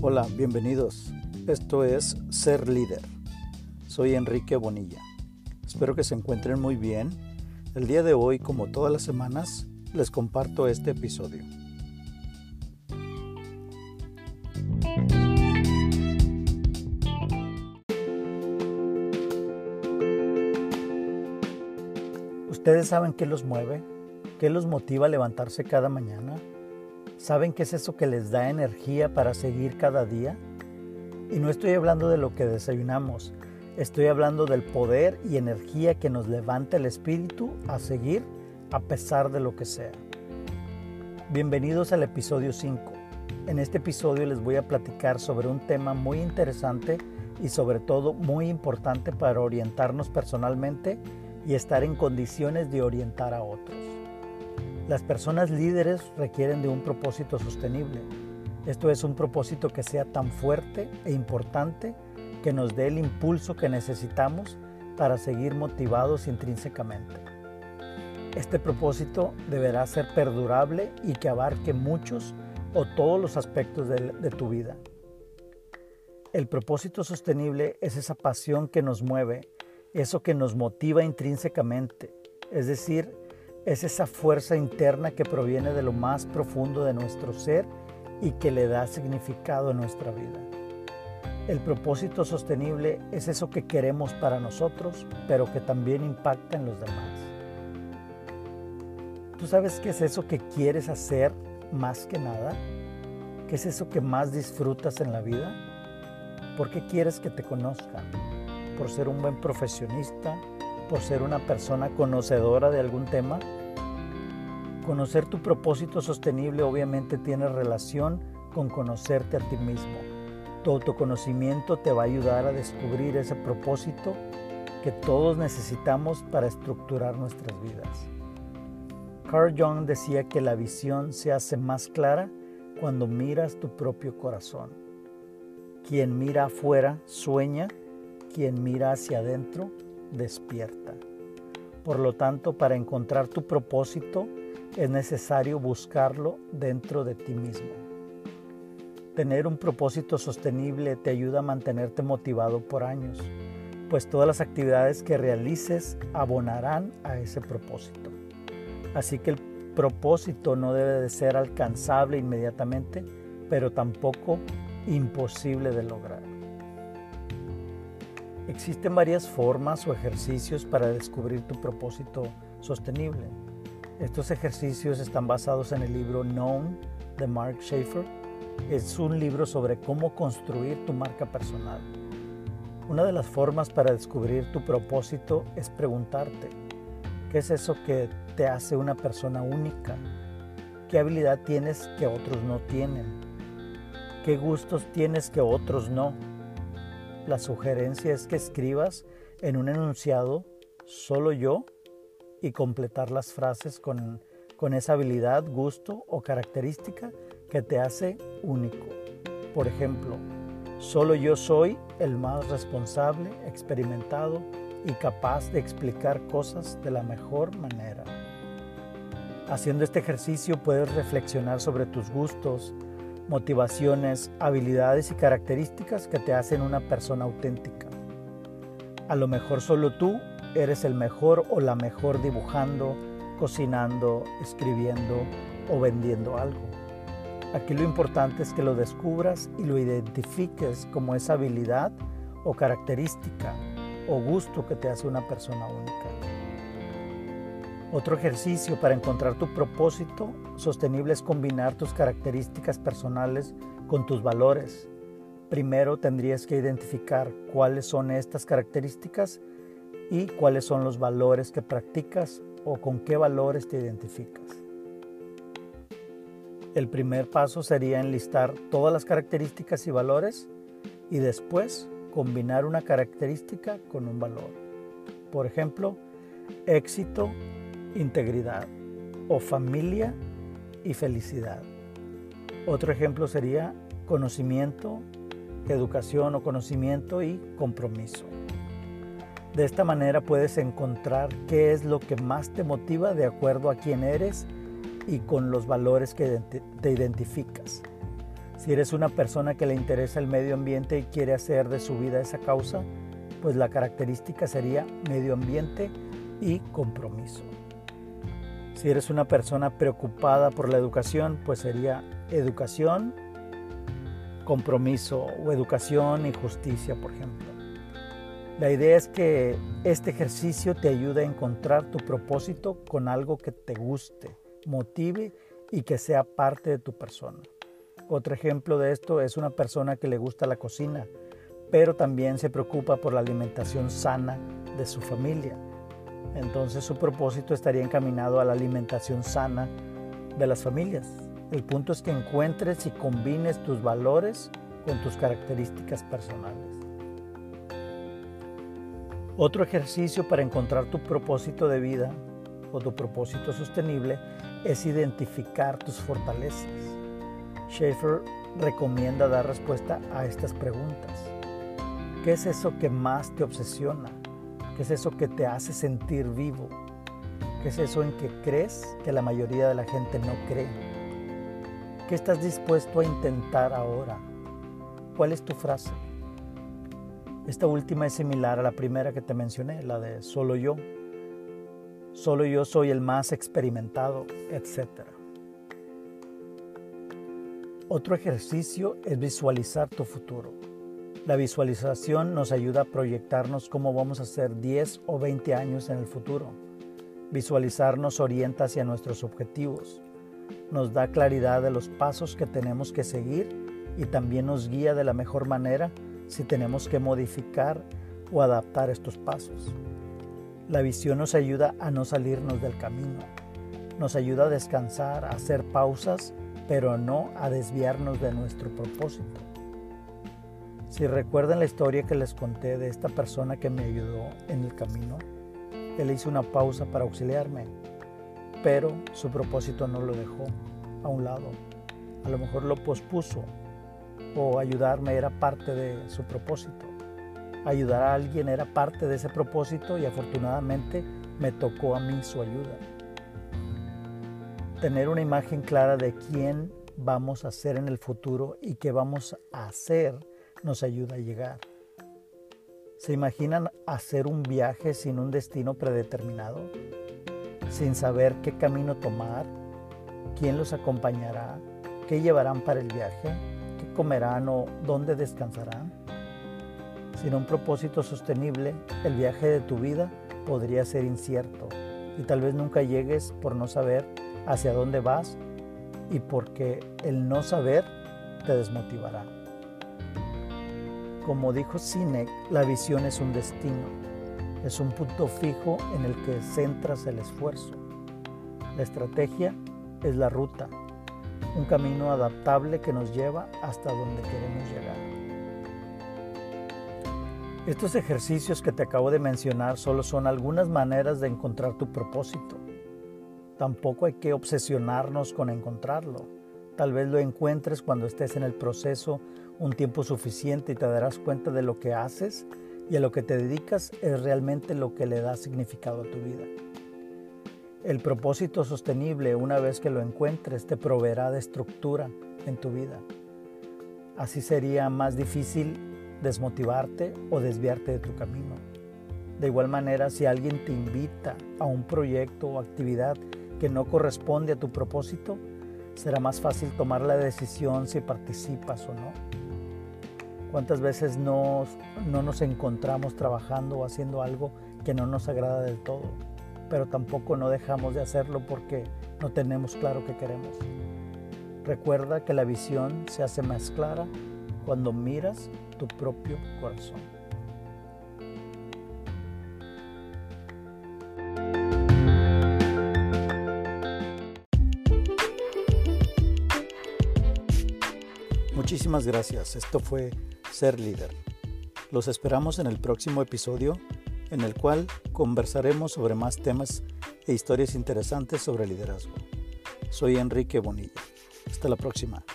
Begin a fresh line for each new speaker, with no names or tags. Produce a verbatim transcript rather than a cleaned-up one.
Hola, bienvenidos. Esto es Ser Líder. Soy Enrique Bonilla. Espero que se encuentren muy bien. El día de hoy, como todas las semanas, les comparto este episodio. ¿Ustedes saben qué los mueve? ¿Qué los motiva a levantarse cada mañana? ¿Saben qué es eso que les da energía para seguir cada día? Y no estoy hablando de lo que desayunamos, estoy hablando del poder y energía que nos levanta el espíritu a seguir a pesar de lo que sea. Bienvenidos al episodio cinco. En este episodio les voy a platicar sobre un tema muy interesante y sobre todo muy importante para orientarnos personalmente y estar en condiciones de orientar a otros. Las personas líderes requieren de un propósito sostenible. Esto es un propósito que sea tan fuerte e importante que nos dé el impulso que necesitamos para seguir motivados intrínsecamente. Este propósito deberá ser perdurable y que abarque muchos o todos los aspectos de, de tu vida. El propósito sostenible es esa pasión que nos mueve, eso que nos motiva intrínsecamente, es decir, es esa fuerza interna que proviene de lo más profundo de nuestro ser y que le da significado a nuestra vida. El propósito sostenible es eso que queremos para nosotros, pero que también impacta en los demás. ¿Tú sabes qué es eso que quieres hacer más que nada? ¿Qué es eso que más disfrutas en la vida? ¿Por qué quieres que te conozcan? ¿Por ser un buen profesionista? ¿Por ser una persona conocedora de algún tema? Conocer tu propósito sostenible obviamente tiene relación con conocerte a ti mismo. Tu autoconocimiento te va a ayudar a descubrir ese propósito que todos necesitamos para estructurar nuestras vidas. Carl Jung decía que la visión se hace más clara cuando miras tu propio corazón. Quien mira afuera sueña, quien mira hacia adentro despierta. Por lo tanto, para encontrar tu propósito es necesario buscarlo dentro de ti mismo. Tener un propósito sostenible te ayuda a mantenerte motivado por años, pues todas las actividades que realices abonarán a ese propósito. Así que el propósito no debe de ser alcanzable inmediatamente, pero tampoco imposible de lograr. Existen varias formas o ejercicios para descubrir tu propósito sostenible. Estos ejercicios están basados en el libro Known de Mark Schaefer. Es un libro sobre cómo construir tu marca personal. Una de las formas para descubrir tu propósito es preguntarte, ¿qué es eso que te hace una persona única? ¿Qué habilidad tienes que otros no tienen? ¿Qué gustos tienes que otros no? La sugerencia es que escribas en un enunciado solo yo y completar las frases con, con esa habilidad, gusto o característica que te hace único. Por ejemplo, solo yo soy el más responsable, experimentado y capaz de explicar cosas de la mejor manera. Haciendo este ejercicio puedes reflexionar sobre tus gustos, motivaciones, habilidades y características que te hacen una persona auténtica. A lo mejor solo tú eres el mejor o la mejor dibujando, cocinando, escribiendo o vendiendo algo. Aquí lo importante es que lo descubras y lo identifiques como esa habilidad o característica o gusto que te hace una persona única. Otro ejercicio para encontrar tu propósito sostenible es combinar tus características personales con tus valores. Primero tendrías que identificar cuáles son estas características y cuáles son los valores que practicas o con qué valores te identificas. El primer paso sería enlistar todas las características y valores y después combinar una característica con un valor. Por ejemplo, éxito, integridad o familia y felicidad. Otro ejemplo sería conocimiento, educación o conocimiento y compromiso. De esta manera puedes encontrar qué es lo que más te motiva de acuerdo a quién eres y con los valores que te identificas. Si eres una persona que le interesa el medio ambiente y quiere hacer de su vida esa causa, pues la característica sería medio ambiente y compromiso. Si eres una persona preocupada por la educación, pues sería educación, compromiso o educación y justicia, por ejemplo. La idea es que este ejercicio te ayude a encontrar tu propósito con algo que te guste, motive y que sea parte de tu persona. Otro ejemplo de esto es una persona que le gusta la cocina, pero también se preocupa por la alimentación sana de su familia. Entonces su propósito estaría encaminado a la alimentación sana de las familias. El punto es que encuentres y combines tus valores con tus características personales. Otro ejercicio para encontrar tu propósito de vida o tu propósito sostenible es identificar tus fortalezas. Schaefer recomienda dar respuesta a estas preguntas. ¿Qué es eso que más te obsesiona? ¿Qué es eso que te hace sentir vivo? ¿Qué es eso en que crees que la mayoría de la gente no cree? ¿Qué estás dispuesto a intentar ahora? ¿Cuál es tu frase? Esta última es similar a la primera que te mencioné, la de solo yo. Solo yo soy el más experimentado, etcétera. Otro ejercicio es visualizar tu futuro. La visualización nos ayuda a proyectarnos cómo vamos a ser diez o veinte años en el futuro. Visualizar nos orienta hacia nuestros objetivos, nos da claridad de los pasos que tenemos que seguir y también nos guía de la mejor manera si tenemos que modificar o adaptar estos pasos. La visión nos ayuda a no salirnos del camino, nos ayuda a descansar, a hacer pausas, pero no a desviarnos de nuestro propósito. Si recuerdan la historia que les conté de esta persona que me ayudó en el camino, él hizo una pausa para auxiliarme, pero su propósito no lo dejó a un lado. A lo mejor lo pospuso, o ayudarme era parte de su propósito. Ayudar a alguien era parte de ese propósito y afortunadamente me tocó a mí su ayuda. Tener una imagen clara de quién vamos a ser en el futuro y qué vamos a hacer nos ayuda a llegar. ¿Se imaginan hacer un viaje sin un destino predeterminado? Sin saber qué camino tomar, quién los acompañará, qué llevarán para el viaje, qué comerán o dónde descansarán. Sin un propósito sostenible, el viaje de tu vida podría ser incierto y tal vez nunca llegues por no saber hacia dónde vas y porque el no saber te desmotivará. Como dijo Sinek, la visión es un destino, es un punto fijo en el que centras el esfuerzo. La estrategia es la ruta, un camino adaptable que nos lleva hasta donde queremos llegar. Estos ejercicios que te acabo de mencionar solo son algunas maneras de encontrar tu propósito. Tampoco hay que obsesionarnos con encontrarlo. Tal vez lo encuentres cuando estés en el proceso un tiempo suficiente y te darás cuenta de lo que haces y a lo que te dedicas es realmente lo que le da significado a tu vida. El propósito sostenible, una vez que lo encuentres, te proveerá de estructura en tu vida. Así sería más difícil desmotivarte o desviarte de tu camino. De igual manera, si alguien te invita a un proyecto o actividad que no corresponde a tu propósito, será más fácil tomar la decisión si participas o no. ¿Cuántas veces no, no nos encontramos trabajando o haciendo algo que no nos agrada del todo? Pero tampoco no dejamos de hacerlo porque no tenemos claro qué queremos. Recuerda que la visión se hace más clara cuando miras tu propio corazón. Muchísimas gracias. Esto fue Ser Líder. Los esperamos en el próximo episodio, en el cual conversaremos sobre más temas e historias interesantes sobre liderazgo. Soy Enrique Bonilla. Hasta la próxima.